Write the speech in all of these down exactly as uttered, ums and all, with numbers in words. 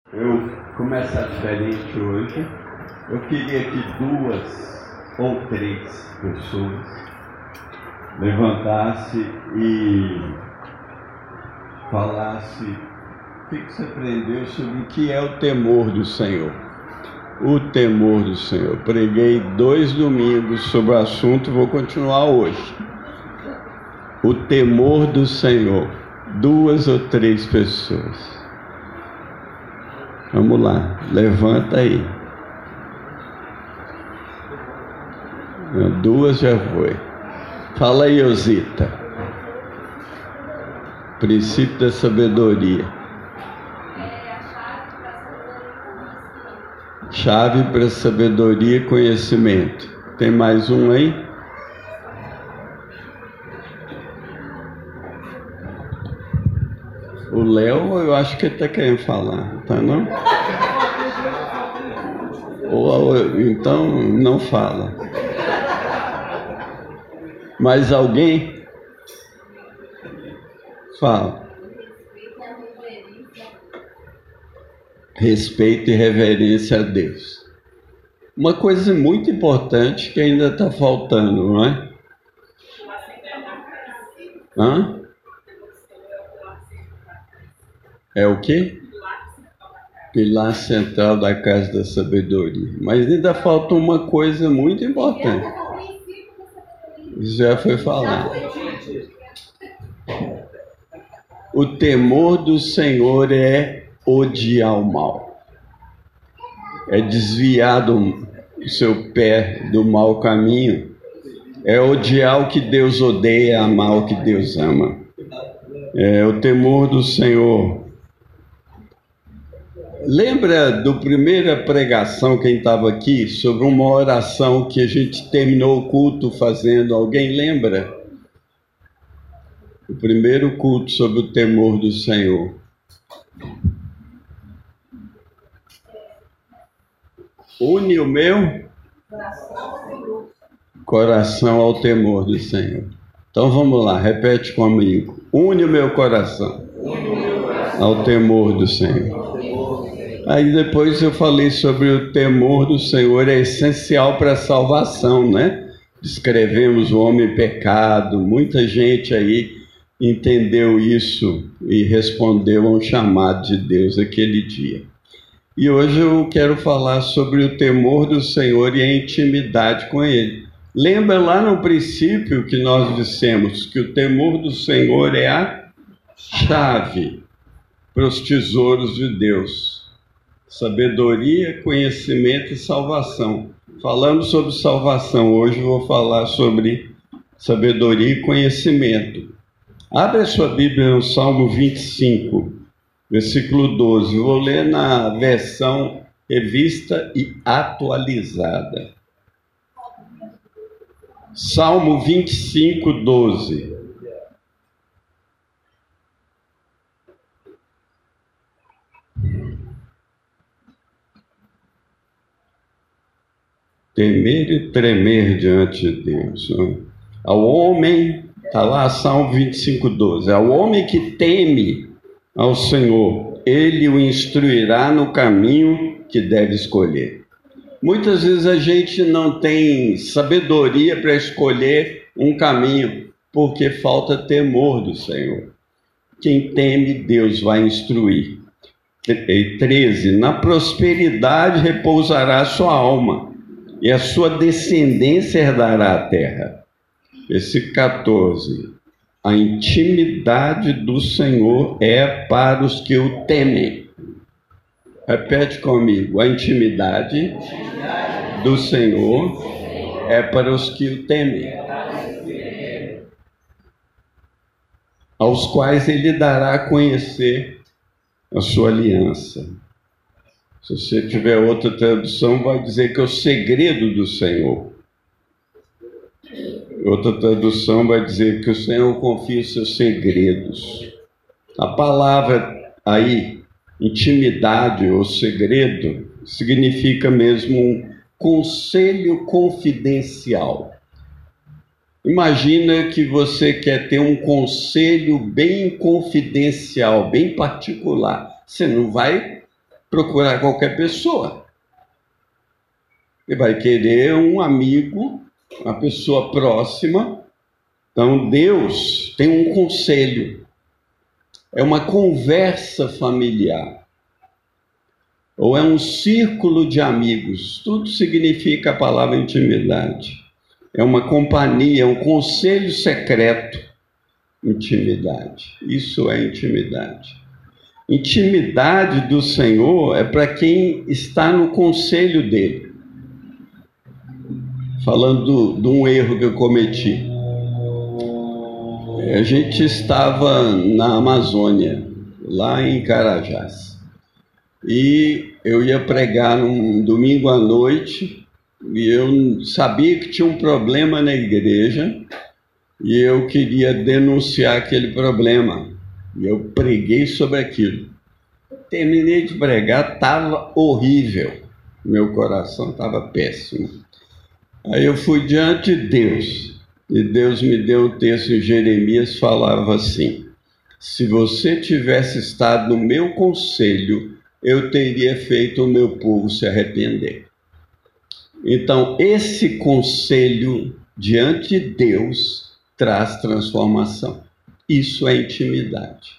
Eu começar diferente hoje. Eu queria que duas ou três pessoas levantassem e falassem o que você aprendeu sobre o que é o temor do Senhor. O temor do Senhor. Preguei dois domingos sobre o assunto e vou continuar hoje. O temor do Senhor. Duas ou três pessoas. Vamos lá, levanta aí. Duas já foi. Fala aí, Osita. Princípio da sabedoria. Chave para sabedoria e conhecimento. Tem mais um aí? O Léo, eu acho que ele está querendo falar, tá não? Ou, então, não fala. Mais alguém? Fala. Respeito e reverência a Deus. Uma coisa muito importante que ainda está faltando, não é? Hã? É o quê? Pilar central da casa da sabedoria. Mas ainda falta uma coisa muito importante. Já foi falado. O temor do Senhor é odiar o mal. É desviar do seu pé do mau caminho. É odiar o que Deus odeia, amar o que Deus ama. É o temor do Senhor. Lembra do primeira pregação, quem estava aqui, sobre uma oração que a gente terminou o culto fazendo? Alguém lembra? O primeiro culto sobre o temor do Senhor. Une o meu coração ao temor do Senhor. Então vamos lá, repete comigo. Une o meu coração ao temor do Senhor. Aí depois eu falei sobre o temor do Senhor, é essencial para a salvação, né? Descrevemos o homem pecado, muita gente aí entendeu isso e respondeu a um chamado de Deus aquele dia. E hoje eu quero falar sobre o temor do Senhor e a intimidade com Ele. Lembra lá no princípio que nós dissemos que o temor do Senhor é a chave para os tesouros de Deus. Sabedoria, conhecimento e salvação. Falamos sobre salvação, hoje eu vou falar sobre sabedoria e conhecimento. Abre a sua Bíblia no Salmo vinte e cinco, versículo doze. Vou ler na versão revista e atualizada. Salmo vinte e cinco, doze. Temer e tremer diante de Deus. Ao homem, está lá, Salmo vinte e cinco, doze. Ao homem que teme ao Senhor, Ele o instruirá no caminho que deve escolher. Muitas vezes a gente não tem sabedoria para escolher um caminho, porque falta temor do Senhor. Quem teme Deus vai instruir. treze. Na prosperidade repousará a sua alma, e a sua descendência herdará a terra. Versículo catorze. A intimidade do Senhor é para os que o temem. Repete comigo. A intimidade do Senhor é para os que o temem, aos quais Ele dará a conhecer a sua aliança. Se você tiver outra tradução, vai dizer que é o segredo do Senhor. Outra tradução vai dizer que o Senhor confia os seus segredos. A palavra aí, intimidade ou segredo, significa mesmo um conselho confidencial. Imagina que você quer ter um conselho bem confidencial, bem particular. Você não vai procurar qualquer pessoa. Ele vai querer um amigo, uma pessoa próxima. Então, Deus tem um conselho. É uma conversa familiar. Ou é um círculo de amigos. Tudo significa a palavra intimidade. É uma companhia, um conselho secreto. Intimidade. Isso é intimidade. Intimidade do Senhor é para quem está no conselho dele. Falando de um erro que eu cometi. A gente estava na Amazônia, lá em Carajás. E eu ia pregar num domingo à noite, e eu sabia que tinha um problema na igreja, e eu queria denunciar aquele problema. E eu preguei sobre aquilo. Terminei de pregar, estava horrível. Meu coração estava péssimo. Aí eu fui diante de Deus, e Deus me deu um texto em Jeremias, falava assim: se você tivesse estado no meu conselho, eu teria feito o meu povo se arrepender. Então, esse conselho diante de Deus traz transformação. Isso é intimidade.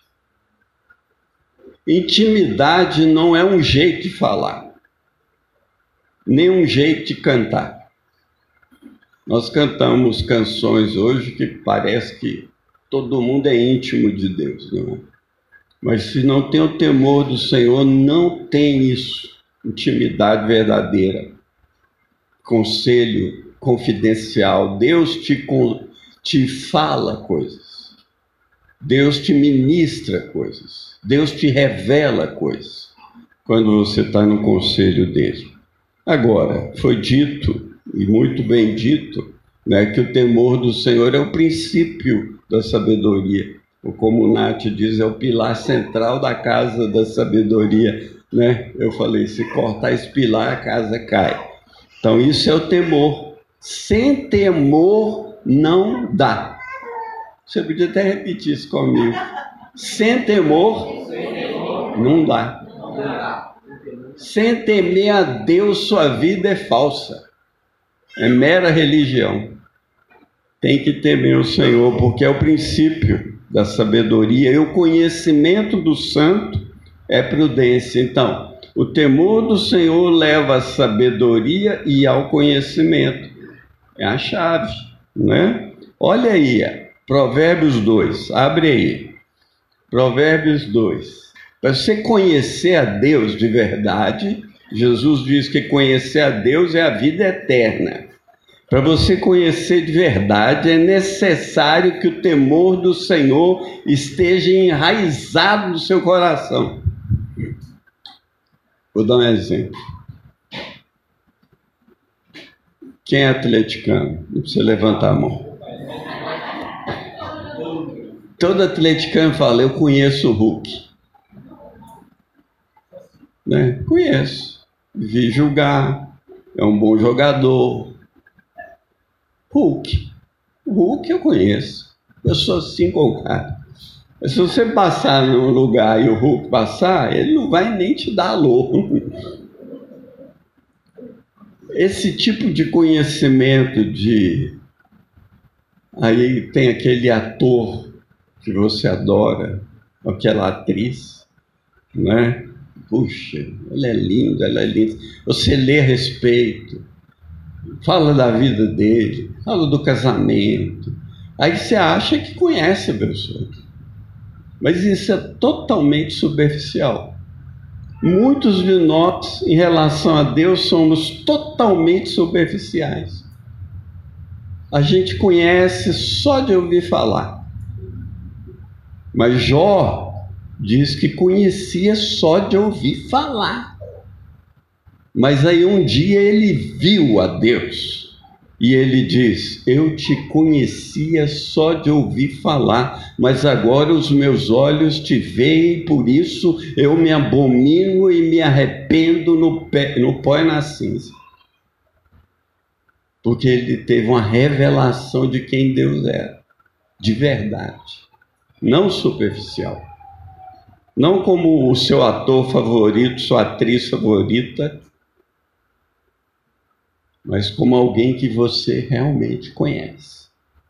Intimidade não é um jeito de falar, nem um jeito de cantar. Nós cantamos canções hoje que parece que todo mundo é íntimo de Deus, não é? Mas se não tem o temor do Senhor, não tem isso. Intimidade verdadeira. Conselho confidencial. Deus te, te fala coisas. Deus te ministra coisas. Deus te revela coisas. Quando você está no conselho dele. Agora, foi dito, e muito bem dito, né, que o temor do Senhor é o princípio da sabedoria. Ou como o Nath diz, é o pilar central da casa da sabedoria. Né? Eu falei, se cortar esse pilar, a casa cai. Então isso é o temor. Sem temor não dá. Você podia até repetir isso comigo. Sem temor não dá. Sem temer a Deus, sua vida é falsa. É mera religião. Tem que temer o Senhor, porque é o princípio da sabedoria. E o conhecimento do santo é prudência. Então, o temor do Senhor leva à sabedoria e ao conhecimento. É a chave, né? Olha aí, Provérbios dois. Abre aí. Provérbios dois. Para você conhecer a Deus de verdade, Jesus diz que conhecer a Deus é a vida eterna. Para você conhecer de verdade, é necessário que o temor do Senhor esteja enraizado no seu coração. Vou dar um exemplo. Quem é atleticano? Não precisa levantar a mão. Todo atleticano fala, eu conheço o Hulk. Né? Conheço. Vi jogar. É um bom jogador. Hulk. O Hulk eu conheço. Eu sou assim com o cara. Mas se você passar num lugar e o Hulk passar, ele não vai nem te dar alô. Esse tipo de conhecimento de... Aí tem aquele ator que você adora, aquela atriz, né? Puxa, ela é linda, ela é linda. Você lê a respeito, fala da vida dele, fala do casamento. Aí você acha que conhece a pessoa. Mas isso é totalmente superficial. Muitos de nós, em relação a Deus, somos totalmente superficiais. A gente conhece só de ouvir falar. Mas Jó diz que conhecia só de ouvir falar. Mas aí um dia ele viu a Deus. E ele diz, eu te conhecia só de ouvir falar, mas agora os meus olhos te veem, por isso eu me abomino e me arrependo no, pé, no pó e na cinza. Porque ele teve uma revelação de quem Deus era, de verdade, não superficial. Não como o seu ator favorito, sua atriz favorita, mas como alguém que você realmente conhece.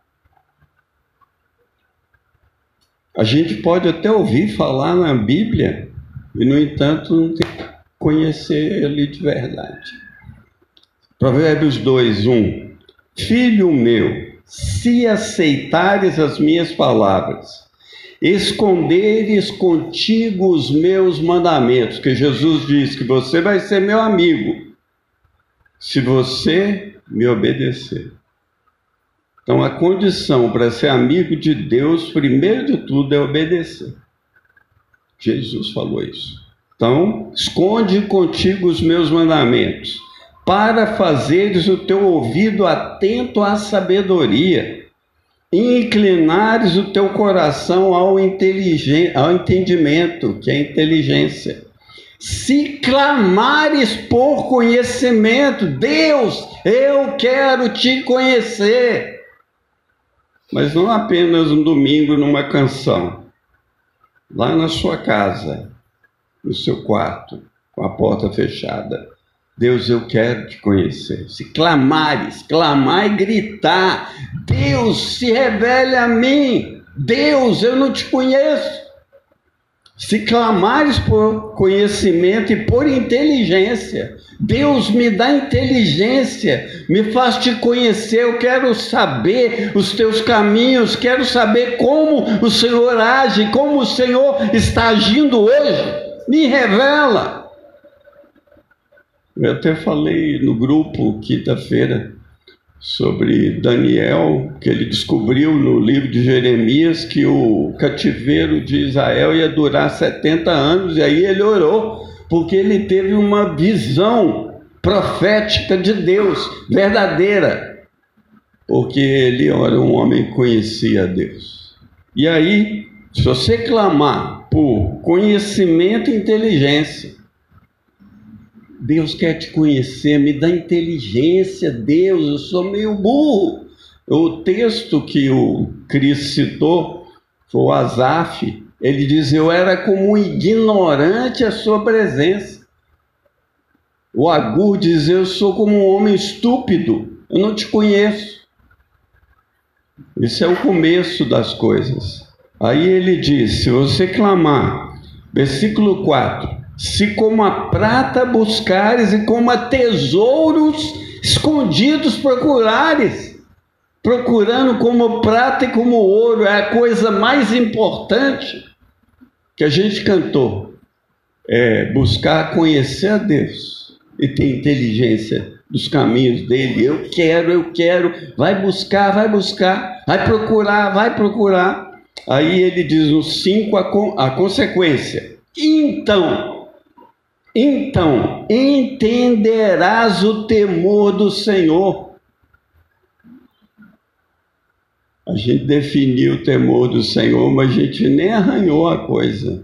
A gente pode até ouvir falar na Bíblia e, no entanto, não tem que conhecer ele de verdade. Provérbios dois, um. Filho meu, se aceitares as minhas palavras, esconderes contigo os meus mandamentos, que Jesus diz que você vai ser meu amigo, se você me obedecer. Então, a condição para ser amigo de Deus, primeiro de tudo, é obedecer. Jesus falou isso. Então, esconde contigo os meus mandamentos, para fazeres o teu ouvido atento à sabedoria, e inclinares o teu coração ao, inteligen- ao entendimento, que é a inteligência. Se clamares por conhecimento, Deus, eu quero te conhecer. Mas não apenas um domingo numa canção, lá na sua casa, no seu quarto, com a porta fechada. Deus, eu quero te conhecer. Se clamares, clamar e gritar, Deus, se revele a mim. Deus, eu não te conheço. Se clamares por conhecimento e por inteligência, Deus, me dá inteligência, me faz te conhecer, eu quero saber os teus caminhos, quero saber como o Senhor age, como o Senhor está agindo hoje, me revela. Eu até falei no grupo, quinta-feira, sobre Daniel, que ele descobriu no livro de Jeremias que o cativeiro de Israel ia durar setenta anos, e aí ele orou, porque ele teve uma visão profética de Deus, verdadeira, porque ele era um homem que conhecia Deus. E aí, se você clamar por conhecimento e inteligência, Deus quer te conhecer, me dá inteligência, Deus, eu sou meio burro. O texto que o Cris citou foi o Asaf, ele diz, eu era como um ignorante à sua presença. O Agur diz, eu sou como um homem estúpido, eu não te conheço. Isso é o começo das coisas. Aí ele diz, se você clamar, versículo quatro, se como a prata buscares e como a tesouros escondidos procurares, procurando como prata e como ouro, é a coisa mais importante que a gente cantou, é buscar conhecer a Deus e ter inteligência dos caminhos dele. Eu quero, eu quero, vai buscar, vai buscar, vai procurar, vai procurar. Aí ele diz no cinco a, con- a consequência. Então, Então, entenderás o temor do Senhor. A gente definiu o temor do Senhor, mas a gente nem arranhou a coisa.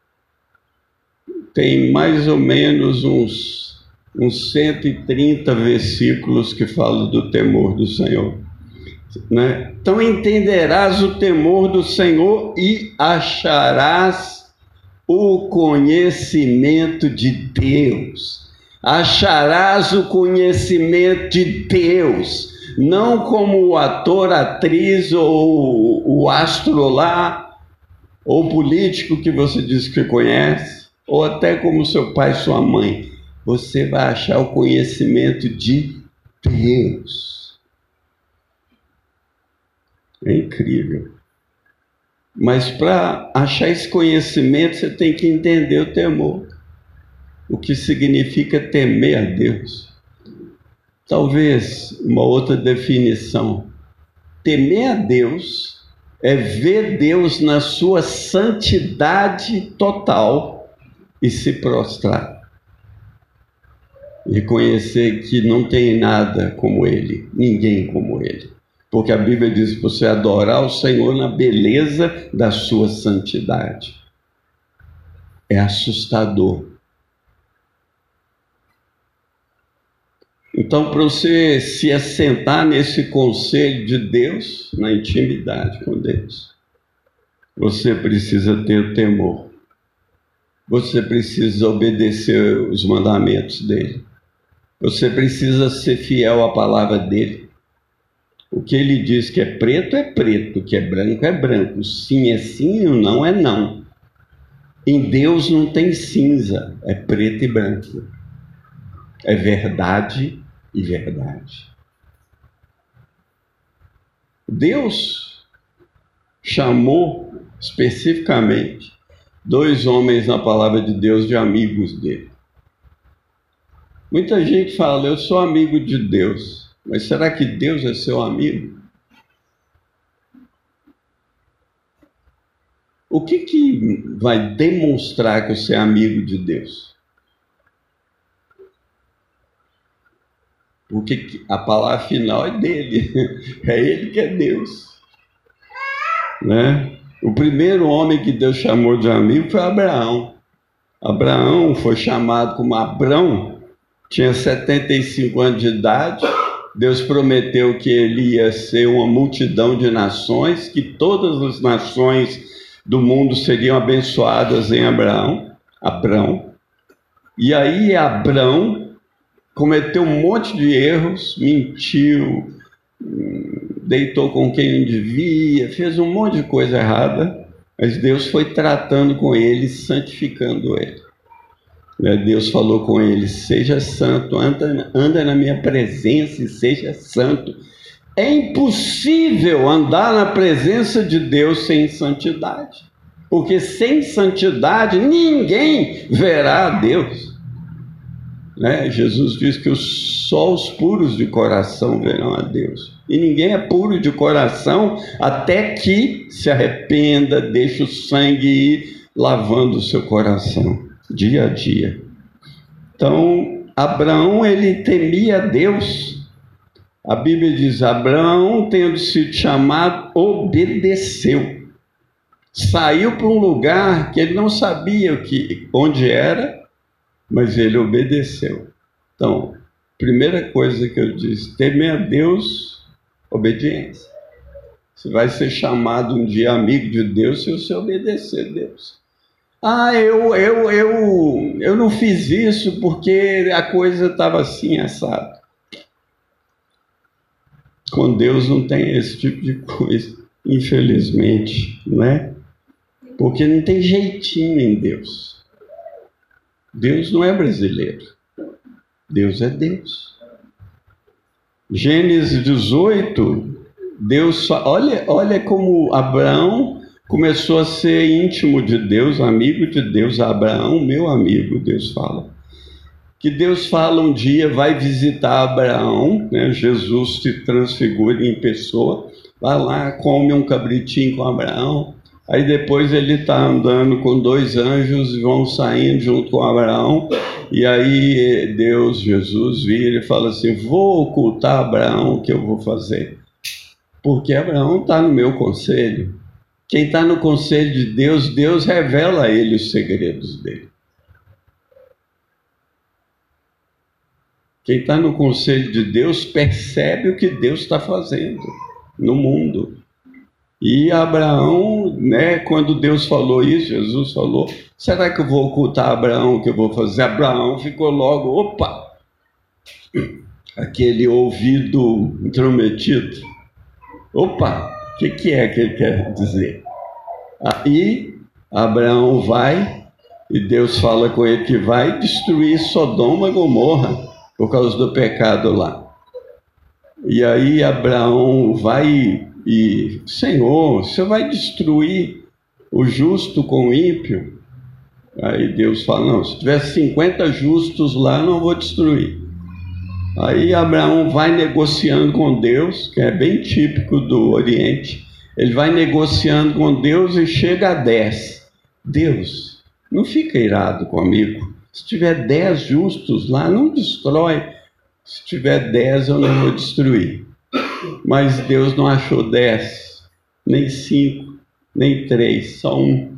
Tem mais ou menos uns, uns cento e trinta versículos que falam do temor do Senhor, né? Então, entenderás o temor do Senhor e acharás o conhecimento de Deus. Acharás o conhecimento de Deus, não como o ator, atriz ou o astro lá, ou político que você diz que conhece, ou até como seu pai e sua mãe. Você vai achar o conhecimento de Deus. É incrível. Mas para achar esse conhecimento, você tem que entender o temor. O que significa temer a Deus. Talvez uma outra definição. Temer a Deus é ver Deus na sua santidade total e se prostrar. Reconhecer que não tem nada como Ele, ninguém como Ele. Porque a Bíblia diz para você adorar o Senhor na beleza da sua santidade. É assustador. Então, para você se assentar nesse conselho de Deus, na intimidade com Deus, você precisa ter o temor. você precisa obedecer os mandamentos dele. Você precisa ser fiel à palavra dele. O que ele diz que é preto é preto, o que é branco é branco. Sim é sim e o não é não. Em Deus não tem cinza, é preto e branco. É verdade e verdade. Deus chamou especificamente dois homens na palavra de Deus de amigos dele. Muita gente fala, eu sou amigo de Deus, mas será que Deus é seu amigo? O que que vai demonstrar que você é amigo de Deus? Porque a palavra final é dele, é ele que é Deus, né? O primeiro homem que Deus chamou de amigo foi Abraão. Abraão foi chamado como Abrão, tinha setenta e cinco anos de idade. Deus prometeu que ele ia ser uma multidão de nações, que todas as nações do mundo seriam abençoadas em Abraão, Abrão. E aí Abrão cometeu um monte de erros, mentiu, deitou com quem não devia, fez um monte de coisa errada, mas Deus foi tratando com ele, santificando ele. Deus falou com ele, seja santo, anda, anda na minha presença e seja santo. É impossível andar na presença de Deus sem santidade, porque sem santidade ninguém verá a Deus. Né? Jesus diz que só os puros de coração verão a Deus. E ninguém é puro de coração até que se arrependa, deixe o sangue ir lavando o seu coração, dia a dia. Então, Abraão, ele temia a Deus. A Bíblia diz, Abraão, tendo sido chamado, obedeceu. Saiu para um lugar que ele não sabia o que, onde era, mas ele obedeceu. Então, primeira coisa que eu disse, temer a Deus, obediência. Você vai ser chamado um dia amigo de Deus se você obedecer a Deus. Ah, eu, eu, eu, eu não fiz isso porque a coisa estava assim, assado. Com Deus não tem esse tipo de coisa, infelizmente, não é? Porque não tem jeitinho em Deus. Deus não é brasileiro. Deus é Deus. Gênesis dezoito, Deus, olha, olha como Abraão começou a ser íntimo de Deus, amigo de Deus. Abraão, meu amigo, Deus fala. Que Deus fala um dia, vai visitar Abraão, né? Jesus se transfigura em pessoa, vai lá, come um cabritinho com Abraão, aí depois ele está andando com dois anjos e vão saindo junto com Abraão, e aí Deus, Jesus, vira e fala assim, vou ocultar Abraão o que eu vou fazer, porque Abraão está no meu conselho. Quem está no conselho de Deus, Deus revela a ele os segredos dele. Quem está no conselho de Deus percebe o que Deus está fazendo no mundo. E Abraão, né, quando Deus falou isso, Jesus falou, será que eu vou ocultar Abraão o que eu vou fazer? Abraão ficou logo, opa, aquele ouvido intrometido. Opa, o que, que é que ele quer dizer? Aí Abraão vai e Deus fala com ele que vai destruir Sodoma e Gomorra por causa do pecado lá. E aí Abraão vai e, Senhor, você vai destruir o justo com o ímpio? Aí Deus fala, não, se tiver cinquenta justos lá, não vou destruir. Aí Abraão vai negociando com Deus, que é bem típico do Oriente. Ele vai negociando com Deus e chega a dez. Deus, não fica irado comigo. Se tiver dez justos lá, não destrói. Se tiver dez, eu não vou destruir. Mas Deus não achou dez, nem cinco, nem três, só um.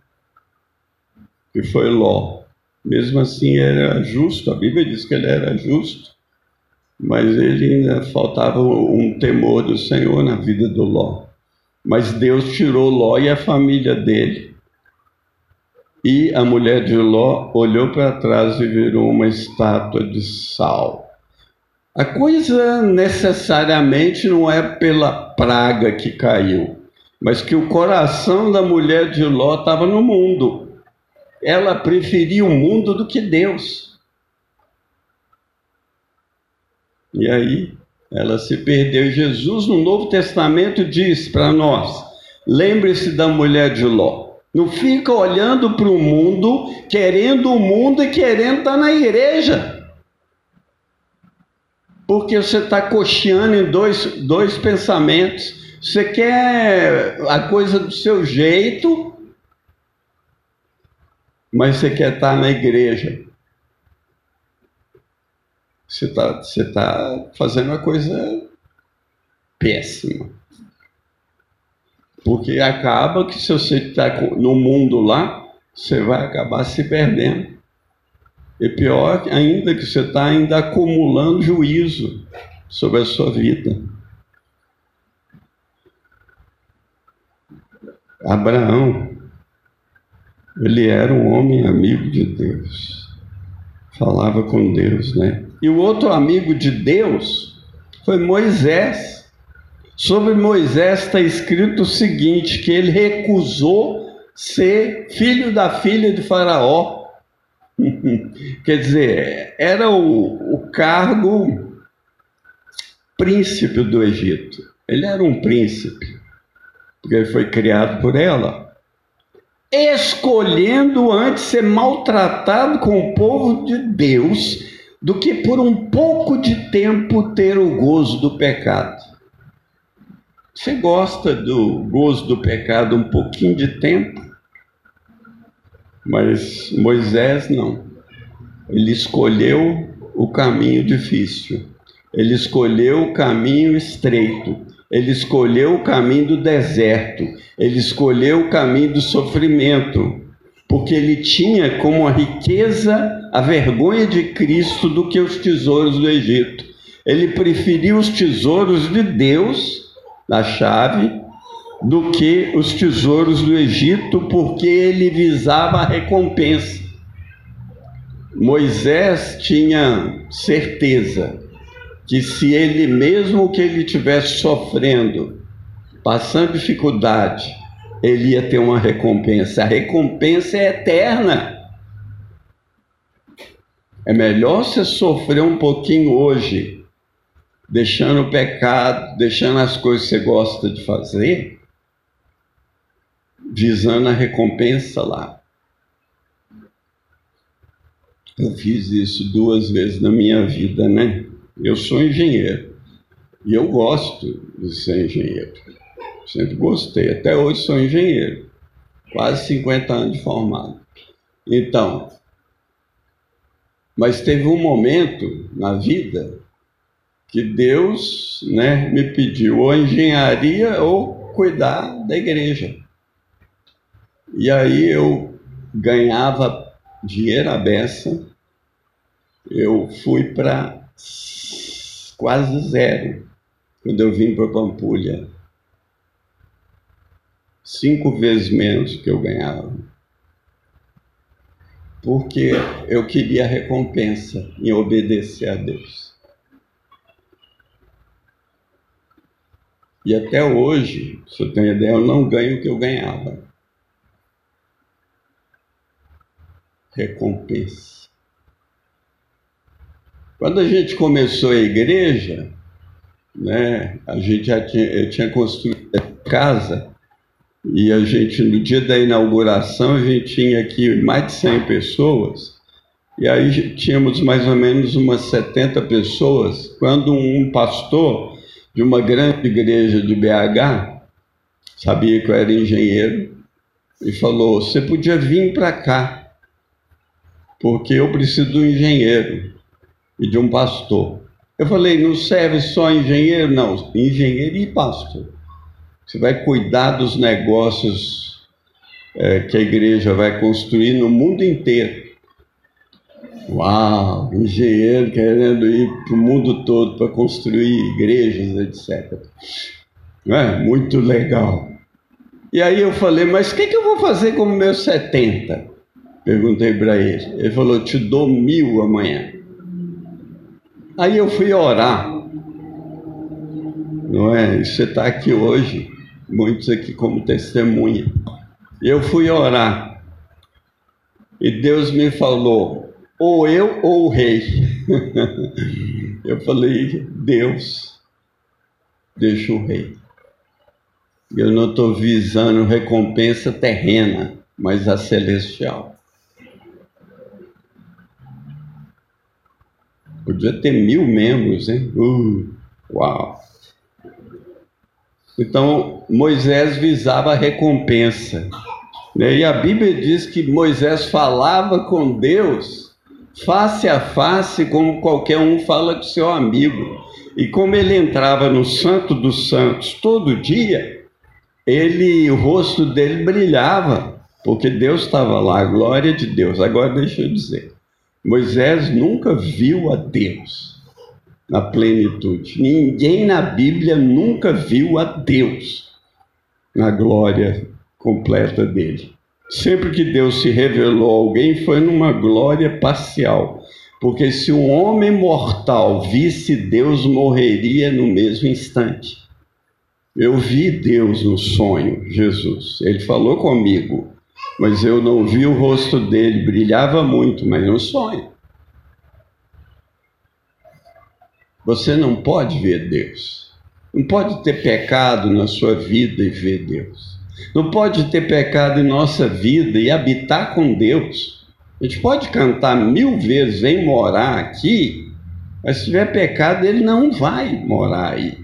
Que foi Ló. Mesmo assim era justo, a Bíblia diz que ele era justo. Mas ele ainda faltava um temor do Senhor na vida do Ló. Mas Deus tirou Ló e a família dele. E a mulher de Ló olhou para trás e virou uma estátua de sal. A coisa necessariamente não é pela praga que caiu, mas que o coração da mulher de Ló estava no mundo. Ela preferia o mundo do que Deus. E aí ela se perdeu. Jesus, no Novo Testamento, diz para nós: lembre-se da mulher de Ló. Não fica olhando para o mundo, querendo o mundo e querendo estar na igreja. Porque você está cocheando em dois, dois pensamentos. Você quer a coisa do seu jeito, mas você quer estar na igreja. Você está você tá fazendo uma coisa péssima. Porque acaba que se você está no mundo lá, você vai acabar se perdendo. E pior ainda que você está ainda acumulando juízo sobre a sua vida. Abraão, ele era um homem amigo de Deus. Falava com Deus, né? E o outro amigo de Deus foi Moisés. Sobre Moisés está escrito o seguinte, que ele recusou ser filho da filha de Faraó. Quer dizer, era o, o cargo príncipe do Egito. Ele era um príncipe, porque ele foi criado por ela, escolhendo antes ser maltratado com o povo de Deus do que por um pouco de tempo ter o gozo do pecado. Você gosta do gozo do pecado um pouquinho de tempo? Mas Moisés não. Ele escolheu o caminho difícil. Ele escolheu o caminho estreito. Ele escolheu o caminho do deserto. Ele escolheu o caminho do sofrimento. Porque ele tinha como a riqueza a vergonha de Cristo do que os tesouros do Egito. Ele preferiu os tesouros de Deus, na chave, do que os tesouros do Egito, porque ele visava a recompensa. Moisés tinha certeza que se ele, mesmo que ele estivesse sofrendo, passando dificuldade, ele ia ter uma recompensa. A recompensa é eterna. É melhor você sofrer um pouquinho hoje, deixando o pecado, deixando as coisas que você gosta de fazer, visando a recompensa lá. Eu fiz isso duas vezes na minha vida, né? Eu sou engenheiro e eu gosto de ser engenheiro. Sempre gostei, até hoje sou engenheiro. Quase cinquenta anos de formado. Então, mas teve um momento na vida que Deus, né, me pediu ou engenharia ou cuidar da igreja. E aí eu ganhava dinheiro à beça, eu fui para quase zero quando eu vim para Pampulha. Cinco vezes menos que eu ganhava. Porque eu queria a recompensa em obedecer a Deus. E até hoje, se eu tenho ideia, eu não ganho o que eu ganhava. Recompensa. Quando a gente começou a igreja, né, a gente já tinha, eu tinha construído a casa, e a gente, no dia da inauguração, a gente tinha aqui mais de cem pessoas, e aí tínhamos mais ou menos umas setenta pessoas, quando um pastor de uma grande igreja de B H, sabia que eu era engenheiro, e falou: você podia vir para cá, porque eu preciso de um engenheiro e de um pastor. Eu falei: não serve só engenheiro? Não, engenheiro e pastor. Você vai cuidar dos negócios é, que a igreja vai construir no mundo inteiro. Uau, engenheiro querendo ir para o mundo todo para construir igrejas, etcétera. Não é? Muito legal. E aí eu falei: mas o que, que eu vou fazer com meus setenta? Perguntei para ele. Ele falou, te dou mil amanhã. Aí eu fui orar. Não é? Você está aqui hoje, muitos aqui como testemunha. Eu fui orar. E Deus me falou, ou eu ou o rei. Eu falei, Deus, deixa o rei. Eu não estou visando recompensa terrena, mas a celestial. Podia ter mil membros, hein? Uh, uau! Então, Moisés visava a recompensa. Né? E a Bíblia diz que Moisés falava com Deus face a face, como qualquer um fala com seu amigo. E como ele entrava no Santo dos Santos todo dia, ele, o rosto dele brilhava, porque Deus estava lá, a glória de Deus. Agora deixa eu dizer, Moisés nunca viu a Deus na plenitude. Ninguém na Bíblia nunca viu a Deus na glória completa dele. Sempre que Deus se revelou a alguém, foi numa glória parcial. Porque se um homem mortal visse Deus, morreria no mesmo instante. Eu vi Deus no sonho, Jesus. Ele falou comigo, mas eu não vi o rosto dele. Brilhava muito, mas no sonho. Você não pode ver Deus. Não pode ter pecado na sua vida e ver Deus. Não pode ter pecado em nossa vida e habitar com Deus. A gente pode cantar mil vezes, vem morar aqui, mas se tiver pecado, ele não vai morar aí.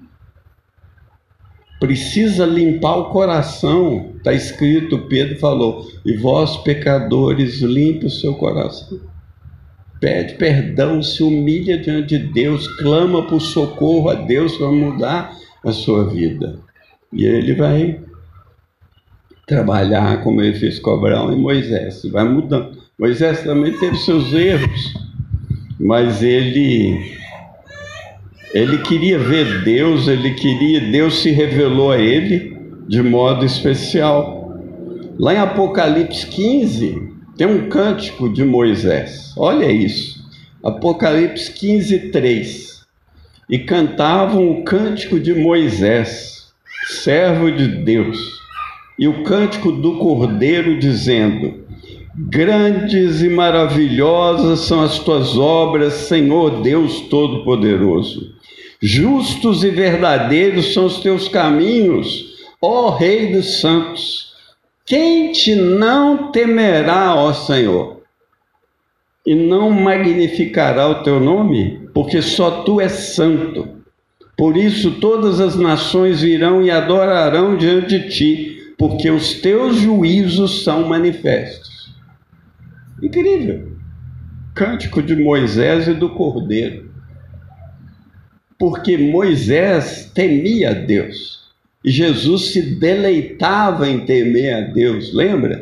Precisa limpar o coração. Está escrito, Pedro falou, e vós, pecadores, limpe o seu coração. Pede perdão, se humilha diante de Deus, clama por socorro a Deus para mudar a sua vida. E ele vai trabalhar como ele fez com Abraão e Moisés, vai mudando. Moisés também teve seus erros, mas ele, ele queria ver Deus, ele queria, Deus se revelou a ele de modo especial. Lá em Apocalipse quinze, tem um cântico de Moisés, olha isso, Apocalipse quinze, três, e cantavam o cântico de Moisés, servo de Deus, e o cântico do Cordeiro, dizendo, grandes e maravilhosas são as tuas obras, Senhor Deus Todo-Poderoso. Justos e verdadeiros são os teus caminhos, ó Rei dos santos. Quem te não temerá, ó Senhor, e não magnificará o teu nome? Porque só tu és santo. Por isso todas as nações virão e adorarão diante de ti, porque os teus juízos são manifestos. Incrível. Cântico de Moisés e do Cordeiro. Porque Moisés temia a Deus. E Jesus se deleitava em temer a Deus. Lembra?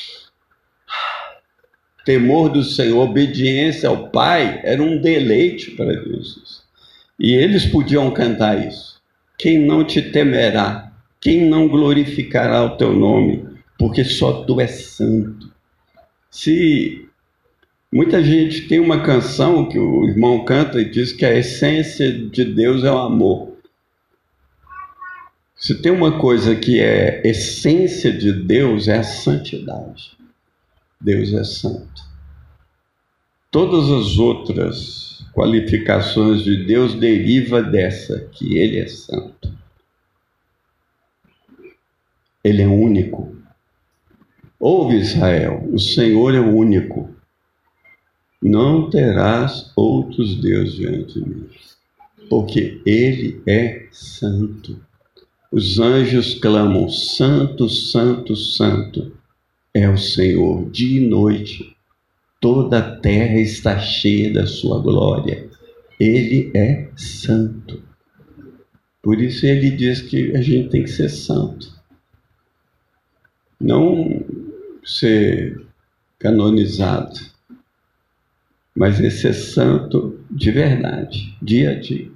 Temor do Senhor, obediência ao Pai, era um deleite para Jesus. E eles podiam cantar isso. Quem não te temerá? Quem não glorificará o teu nome? Porque só tu és santo. Se muita gente tem uma canção que o irmão canta e diz que a essência de Deus é o amor. Se tem uma coisa que é essência de Deus, é a santidade. Deus é santo. Todas as outras qualificações de Deus derivam dessa, que Ele é santo. Ele é único. Ouve, Israel, o Senhor é o único. Não terás outros deuses diante de mim, porque Ele é santo. Os anjos clamam, santo, santo, santo é o Senhor, dia e noite. Toda a terra está cheia da sua glória. Ele é santo. Por isso ele diz que a gente tem que ser santo. Não ser canonizado, mas é ser santo de verdade, dia a dia.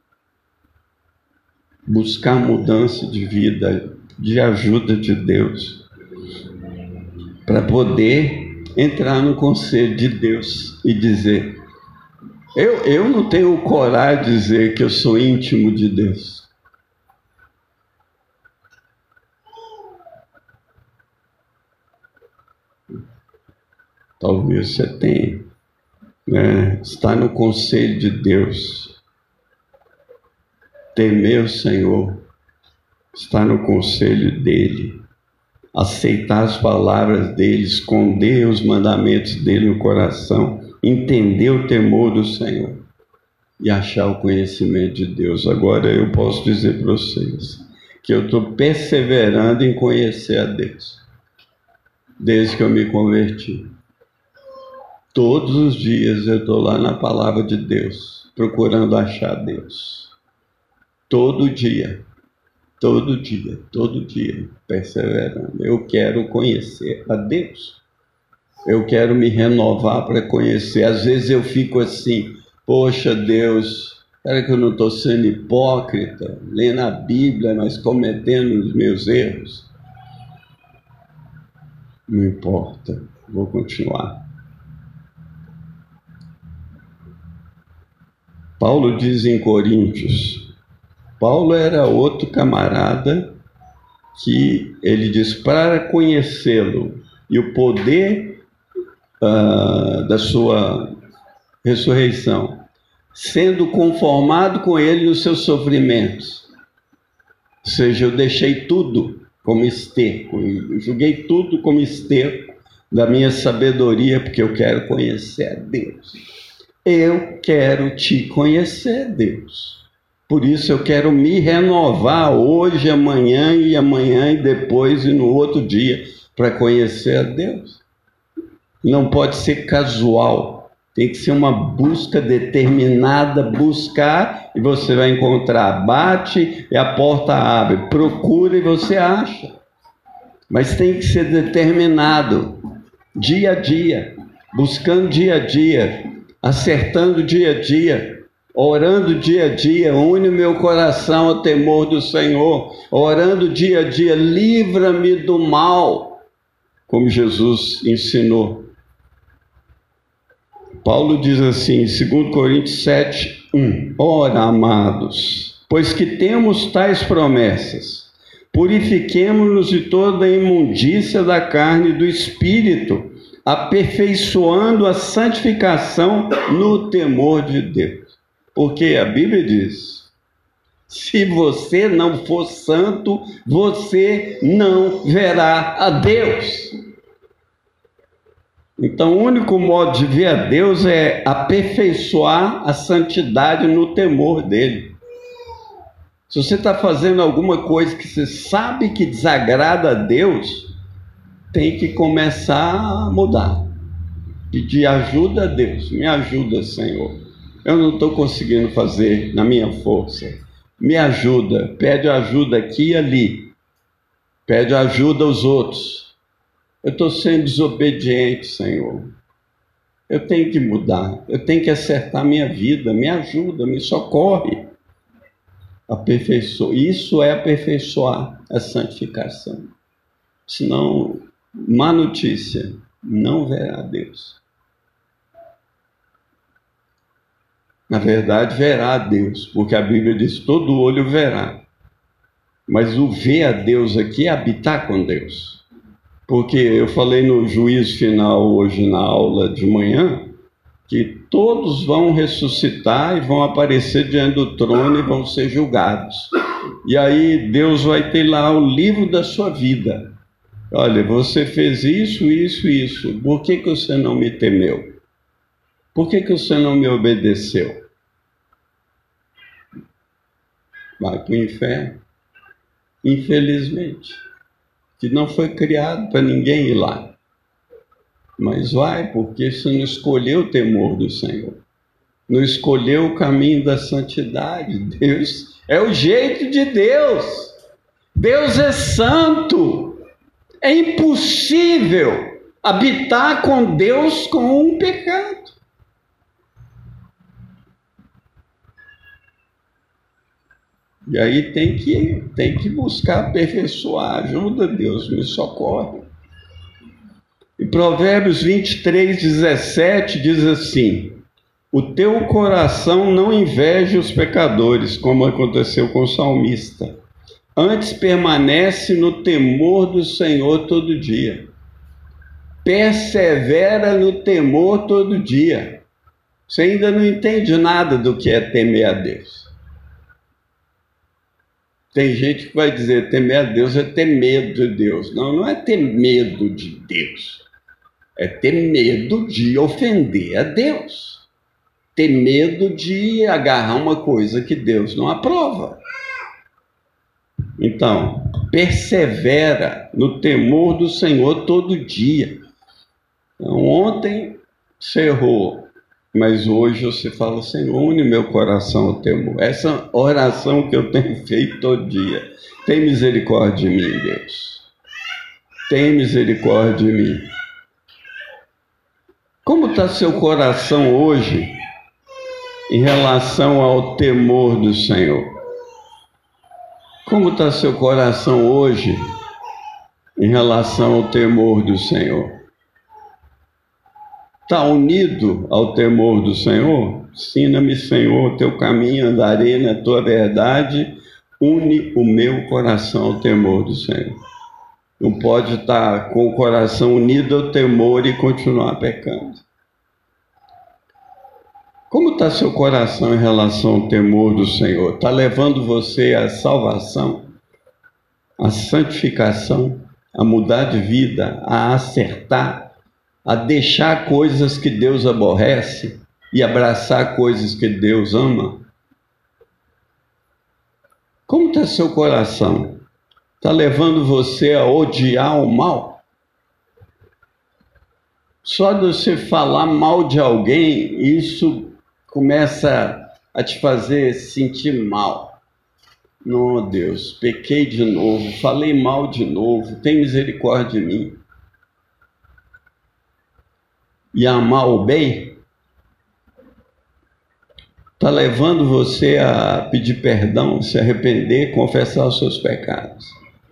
Buscar mudança de vida, de ajuda de Deus, para poder entrar no conselho de Deus e dizer: eu, eu não tenho coragem de dizer que eu sou íntimo de Deus. Talvez você tenha, né? Estar no conselho de Deus, temer o Senhor, estar no conselho dele, aceitar as palavras dele, esconder os mandamentos dele no coração, entender o temor do Senhor e achar o conhecimento de Deus. Agora eu posso dizer para vocês que eu estou perseverando em conhecer a Deus desde que eu me converti. Todos os dias eu estou lá na palavra de Deus, procurando achar Deus. Todo dia, todo dia, todo dia, perseverando. Eu quero conhecer a Deus. Eu quero me renovar para conhecer. Às vezes eu fico assim: poxa Deus, será que eu não estou sendo hipócrita? Lendo a Bíblia, mas cometendo os meus erros? Não importa, vou continuar. Paulo diz em Coríntios, Paulo era outro camarada que ele diz: para conhecê-lo e o poder uh, da sua ressurreição, sendo conformado com ele nos seus sofrimentos. Ou seja, eu deixei tudo como esterco, eu joguei tudo como esterco da minha sabedoria, porque eu quero conhecer a Deus. Eu quero te conhecer, Deus. Por isso eu quero me renovar hoje, amanhã e amanhã e depois e no outro dia para conhecer a Deus. Não pode ser casual, tem que ser uma busca determinada, buscar e você vai encontrar. Bate e a porta abre, procura e você acha. Mas tem que ser determinado, dia a dia, buscando dia a dia, acertando dia a dia, orando dia a dia. Une o meu coração ao temor do Senhor, orando dia a dia, livra-me do mal, como Jesus ensinou. Paulo diz assim, em dois Coríntios sete, um: ora, amados, pois que temos tais promessas, purifiquemo-nos de toda a imundícia da carne e do espírito, aperfeiçoando a santificação no temor de Deus. Porque a Bíblia diz: se você não for santo, você não verá a Deus. Então, o único modo de ver a Deus é aperfeiçoar a santidade no temor dele. Se você está fazendo alguma coisa que você sabe que desagrada a Deus, tem que começar a mudar. Pedir ajuda a Deus. Me ajuda, Senhor. Eu não estou conseguindo fazer na minha força. Me ajuda. Pede ajuda aqui e ali. Pede ajuda aos outros. Eu estou sendo desobediente, Senhor. Eu tenho que mudar. Eu tenho que acertar minha vida. Me ajuda, me socorre. Aperfeiçoa. Isso é aperfeiçoar a santificação. Senão, má notícia, não verá Deus. Na verdade, verá a Deus, porque a Bíblia diz: todo olho verá. Mas o ver a Deus aqui é habitar com Deus. Porque eu falei no juízo final hoje na aula de manhã, que todos vão ressuscitar e vão aparecer diante do trono e vão ser julgados. E aí Deus vai ter lá o livro da sua vida. Olha, você fez isso, isso, isso. Por que que você não me temeu? Por que que você não me obedeceu? Vai para o inferno. Infelizmente. Que não foi criado para ninguém ir lá. Mas vai, porque você não escolheu o temor do Senhor. Não escolheu o caminho da santidade. Deus é o jeito de Deus. Deus é santo. É impossível habitar com Deus com um pecado. E aí tem que, tem que buscar aperfeiçoar. Ajuda, Deus, me socorre. E Provérbios vinte e três, dezessete diz assim: o teu coração não inveja os pecadores, como aconteceu com o salmista. Antes permanece no temor do Senhor todo dia. Persevera no temor todo dia. Você ainda não entende nada do que é temer a Deus. Tem gente que vai dizer temer a Deus é ter medo de Deus. Não, não é ter medo de Deus. É ter medo de ofender a Deus. Ter medo de agarrar uma coisa que Deus não aprova. Então, persevera no temor do Senhor todo dia. Então, ontem você errou, mas hoje você fala: Senhor, une meu coração ao temor. Essa oração que eu tenho feito todo dia. Tem misericórdia de mim, Deus. Tem misericórdia de mim. Como está seu coração hoje em relação ao temor do Senhor? Como está seu coração hoje em relação ao temor do Senhor? Está unido ao temor do Senhor? Ensina-me, Senhor, teu caminho, andarei na tua verdade. Une o meu coração ao temor do Senhor. Não pode estar com o coração unido ao temor e continuar pecando. Como está seu coração em relação ao temor do Senhor? Está levando você à salvação, à santificação, a mudar de vida, a acertar, a deixar coisas que Deus aborrece e abraçar coisas que Deus ama? Como está seu coração? Está levando você a odiar o mal? Só de você falar mal de alguém, isso começa a te fazer sentir mal. Não, Deus, pequei de novo, falei mal de novo, tem misericórdia de mim. E amar o bem está levando você a pedir perdão, se arrepender, confessar os seus pecados.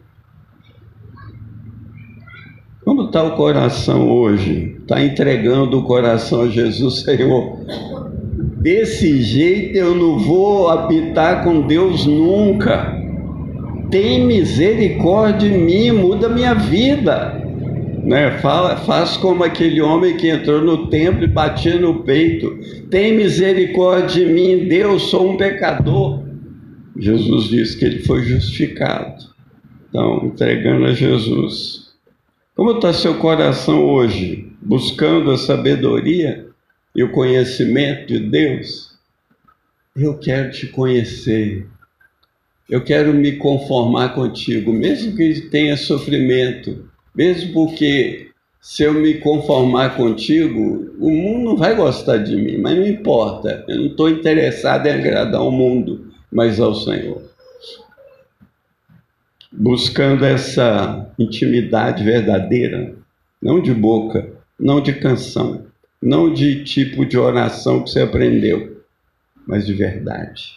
Como está o coração hoje? Está entregando o coração a Jesus? Senhor, desse jeito eu não vou habitar com Deus nunca. Tem misericórdia de mim, muda minha vida. Né? Fala, faz como aquele homem que entrou no templo e batia no peito. Tem misericórdia de mim, Deus, sou um pecador. Jesus disse que ele foi justificado. Então, entregando a Jesus. Como está seu coração hoje? Buscando a sabedoria e o conhecimento de Deus? Eu quero te conhecer. Eu quero me conformar contigo, mesmo que tenha sofrimento. Mesmo porque se eu me conformar contigo, o mundo não vai gostar de mim, mas não importa. Eu não estou interessado em agradar ao mundo, mas ao Senhor. Buscando essa intimidade verdadeira, não de boca, não de canção, não de tipo de oração que você aprendeu, mas de verdade.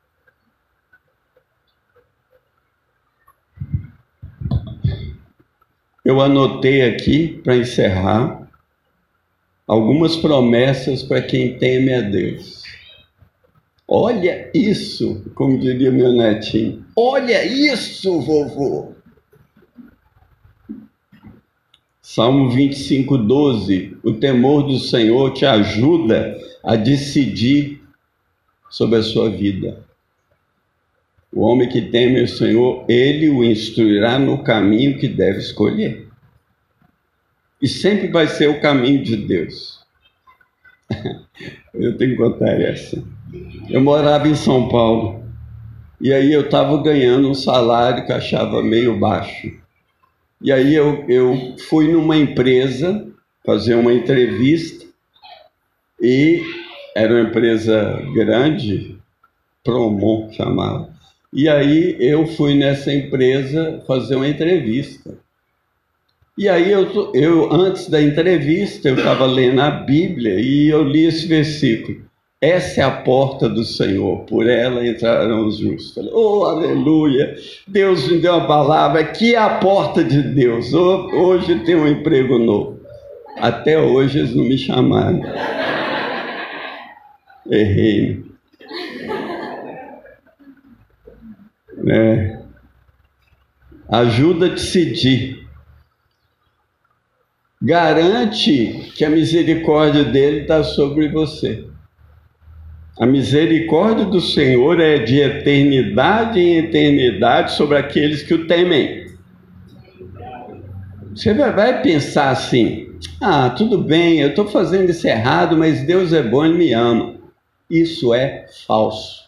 Eu anotei aqui, para encerrar, algumas promessas para quem teme a Deus. Olha isso, como diria meu netinho. Olha isso, vovô. Salmo vinte e cinco, doze. O temor do Senhor te ajuda a decidir sobre a sua vida. O homem que teme o Senhor, ele o instruirá no caminho que deve escolher. E sempre vai ser o caminho de Deus. Eu tenho que contar essa. Eu morava em São Paulo. E aí eu estava ganhando um salário que eu achava meio baixo. E aí eu, eu fui numa empresa fazer uma entrevista. E era uma empresa grande, Promon chamava. E aí eu fui nessa empresa fazer uma entrevista. E aí eu, eu antes da entrevista, eu estava lendo a Bíblia e eu li esse versículo. Essa é a porta do Senhor, por ela entrarão os justos. Falei, oh, aleluia, Deus me deu uma palavra, aqui é a porta de Deus. Hoje tem um emprego novo. Até hoje eles não me chamaram. Errei. É. Ajuda a decidir. Garante que a misericórdia dele está sobre você. A misericórdia do Senhor é de eternidade em eternidade sobre aqueles que o temem. Você vai pensar assim: ah, tudo bem, eu estou fazendo isso errado, mas Deus é bom, Ele me ama. Isso é falso.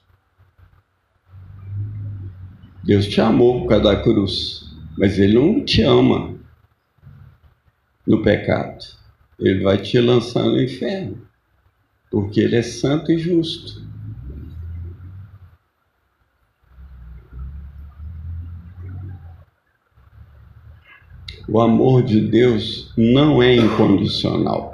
Deus te amou por causa da cruz, mas Ele não te ama no pecado. Ele vai te lançar no inferno, porque Ele é santo e justo. O amor de Deus não é incondicional.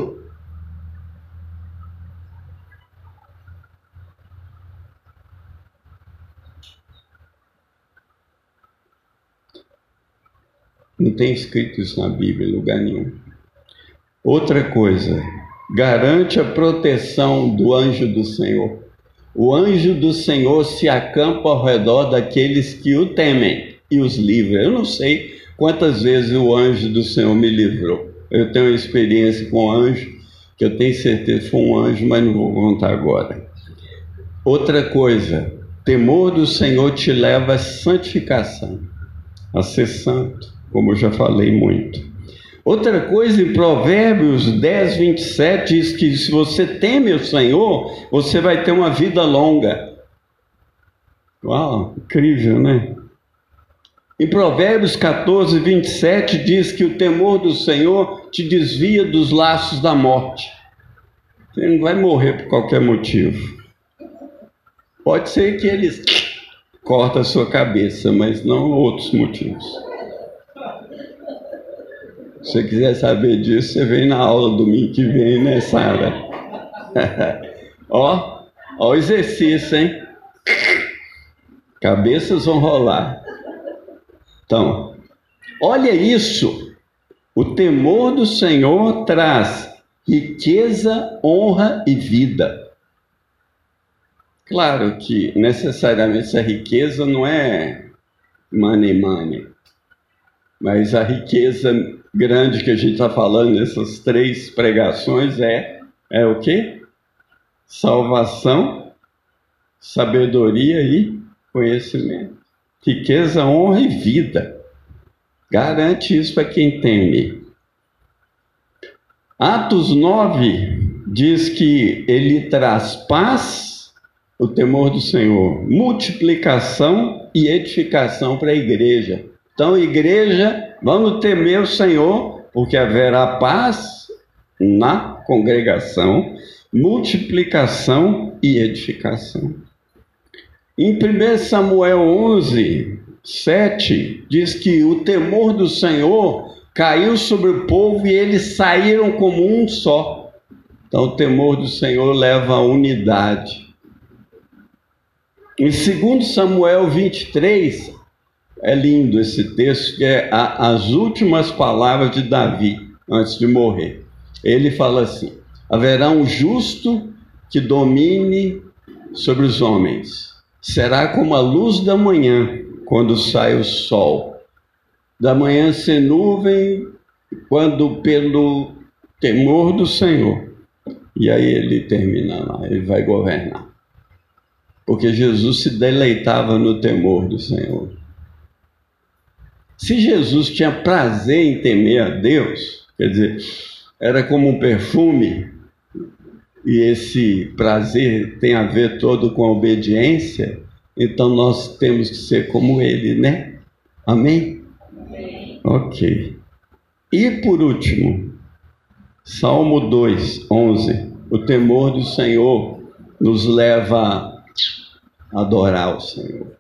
Não tem escrito isso na Bíblia em lugar nenhum. Outra coisa, garante a proteção do anjo do Senhor. O anjo do Senhor se acampa ao redor daqueles que o temem e os livra. Eu não sei quantas vezes o anjo do Senhor me livrou. Eu tenho uma experiência com anjo, que eu tenho certeza que foi um anjo, mas não vou contar agora. Outra coisa, temor do Senhor te leva à santificação, a ser santo, como eu já falei muito. Outra coisa, em Provérbios dez, vinte e sete, diz que se você teme o Senhor, você vai ter uma vida longa. Uau, incrível, né? Em Provérbios catorze, vinte e sete, diz que o temor do Senhor te desvia dos laços da morte. Você não vai morrer por qualquer motivo. Pode ser que eles cortem a sua cabeça, mas não outros motivos. Se você quiser saber disso, você vem na aula domingo que vem, né, Sara? Ó, ó o exercício, hein? Cabeças vão rolar. Então, olha isso. O temor do Senhor traz riqueza, honra e vida. Claro que necessariamente essa riqueza não é money, money. Mas a riqueza grande que a gente está falando nessas três pregações é, é o quê? Salvação, sabedoria e conhecimento. Riqueza, honra e vida. Garante isso para quem teme. Atos nove diz que ele traz paz, o temor do Senhor, multiplicação e edificação para a igreja. Então, igreja, vamos temer o Senhor, porque haverá paz na congregação, multiplicação e edificação. Em primeiro Samuel onze, sete, diz que o temor do Senhor caiu sobre o povo e eles saíram como um só. Então, o temor do Senhor leva à unidade. Em segundo Samuel vinte e três, é lindo esse texto, que é a, as últimas palavras de Davi, antes de morrer. Ele fala assim: haverá um justo que domine sobre os homens. Será como a luz da manhã, quando sai o sol. Da manhã sem nuvem, quando pelo temor do Senhor. E aí ele termina lá, ele vai governar. Porque Jesus se deleitava no temor do Senhor. Se Jesus tinha prazer em temer a Deus, quer dizer, era como um perfume, e esse prazer tem a ver todo com a obediência, então nós temos que ser como Ele, né? Amém? Amém. Ok. E por último, Salmo dois, onze. O temor do Senhor nos leva a adorar o Senhor.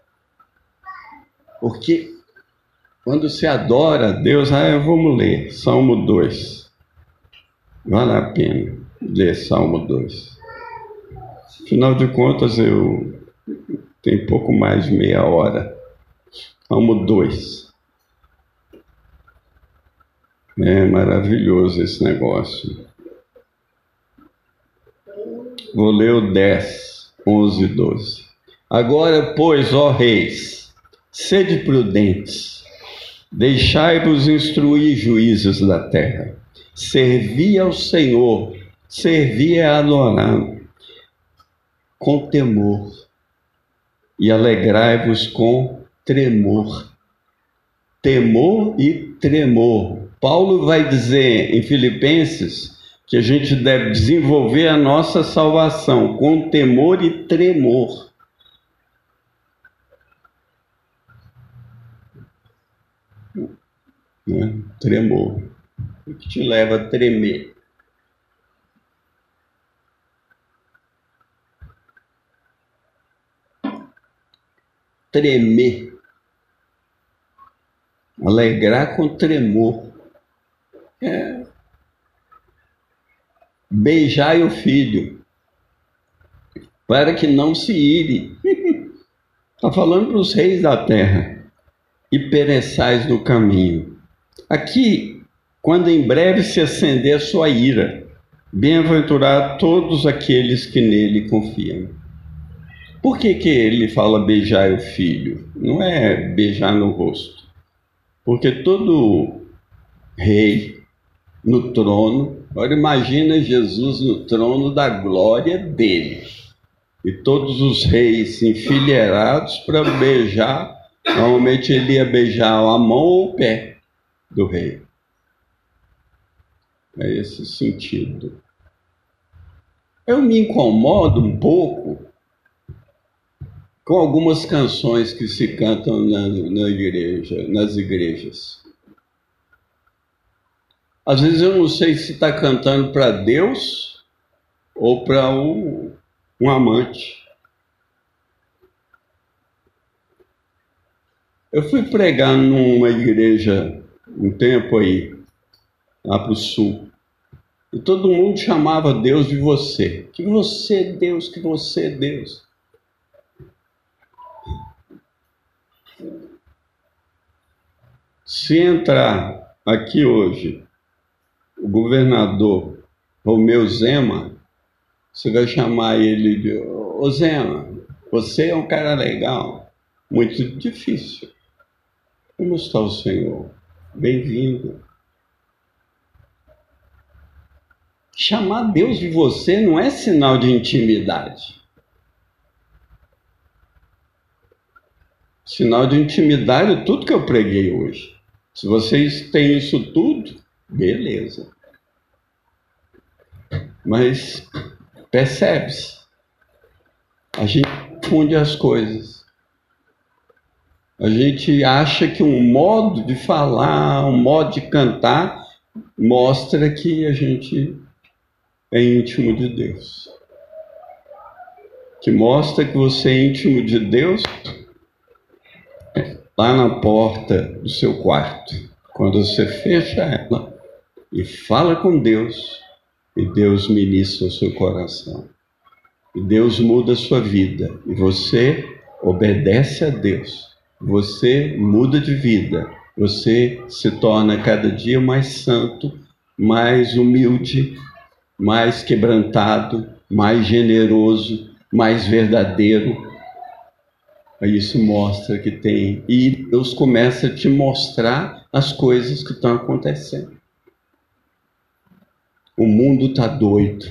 Porque quando se adora a Deus, ah, vamos ler Salmo dois. Vale a pena ler Salmo dois. Afinal de contas, eu tenho pouco mais de meia hora. Salmo dois. É maravilhoso esse negócio. Vou ler o dez, onze e doze. Agora, pois, ó reis, sede prudentes, deixai-vos instruir juízes da terra. Servi ao Senhor, servi é adorar com temor, e alegrai-vos com tremor. Temor e tremor. Paulo vai dizer em Filipenses que a gente deve desenvolver a nossa salvação com temor e tremor. Né? Tremor. O que te leva a tremer? Tremer. Alegrar com tremor. É. Beijai o filho, para que não se ire. Está falando para os reis da terra. E pereçais no caminho. Aqui, quando em breve se acender a sua ira, bem-aventurados todos aqueles que nele confiam. Por que que ele fala beijar o filho? Não é beijar no rosto. Porque todo rei no trono, agora imagina Jesus no trono da glória dele. E todos os reis enfileirados para beijar. Normalmente ele ia beijar a mão ou o pé do rei. É esse sentido. Eu me incomodo um pouco com algumas canções que se cantam na, na igreja, nas igrejas. Às vezes eu não sei se está cantando para Deus ou para um, um amante. Eu fui pregar numa igreja um tempo aí, lá para o sul, e todo mundo chamava Deus de você. Que você, Deus, que você, Deus. Se entrar aqui hoje o governador Romeu Zema, você vai chamar ele de: ô Zema, você é um cara legal. Muito difícil. Como está o senhor? Bem-vindo. Chamar Deus de você não é sinal de intimidade. Sinal de intimidade é tudo que eu preguei hoje. Se vocês têm isso tudo, beleza. Mas percebe-se. A gente confunde as coisas. A gente acha que um modo de falar, um modo de cantar, mostra que a gente é íntimo de Deus. Que mostra que você é íntimo de Deus lá na porta do seu quarto. Quando você fecha ela e fala com Deus, e Deus ministra o seu coração. E Deus muda a sua vida. E você obedece a Deus. Você muda de vida, você se torna cada dia mais santo, mais humilde, mais quebrantado, mais generoso, mais verdadeiro. Isso mostra que tem, e Deus começa a te mostrar as coisas que estão acontecendo. O mundo está doido,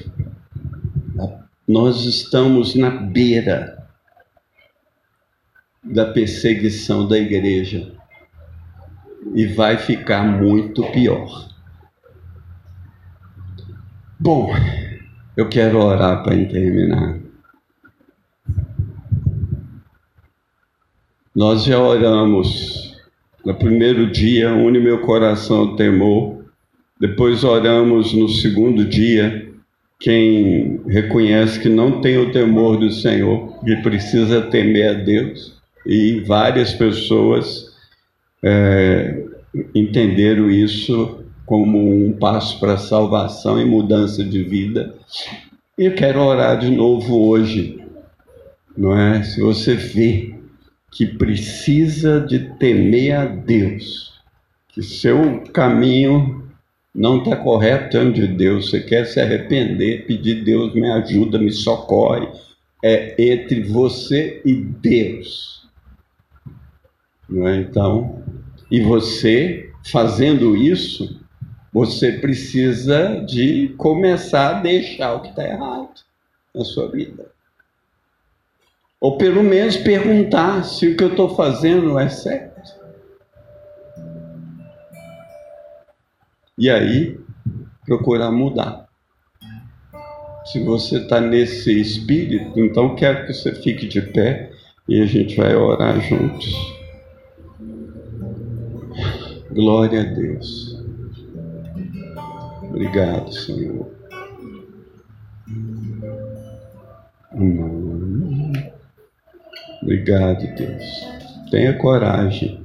nós estamos na beira da perseguição da igreja e vai ficar muito pior. Bom, eu quero orar para terminar. Nós já oramos no primeiro dia, une meu coração ao temor. Depois oramos no segundo dia, quem reconhece que não tem o temor do Senhor, que precisa temer a Deus. E várias pessoas é, entenderam isso como um passo para a salvação e mudança de vida. E eu quero orar de novo hoje, não é? Se você vê que precisa de temer a Deus, que seu caminho não está correto diante de Deus, você quer se arrepender, pedir Deus me ajuda, me socorre, é entre você e Deus. Não é? Então, e você fazendo isso, você precisa de começar a deixar o que está errado na sua vida. Ou pelo menos perguntar se o que eu estou fazendo é certo. E aí, procurar mudar. Se você está nesse espírito, então quero que você fique de pé e a gente vai orar juntos. Glória a Deus. Obrigado, Senhor. Obrigado, Deus. Tenha coragem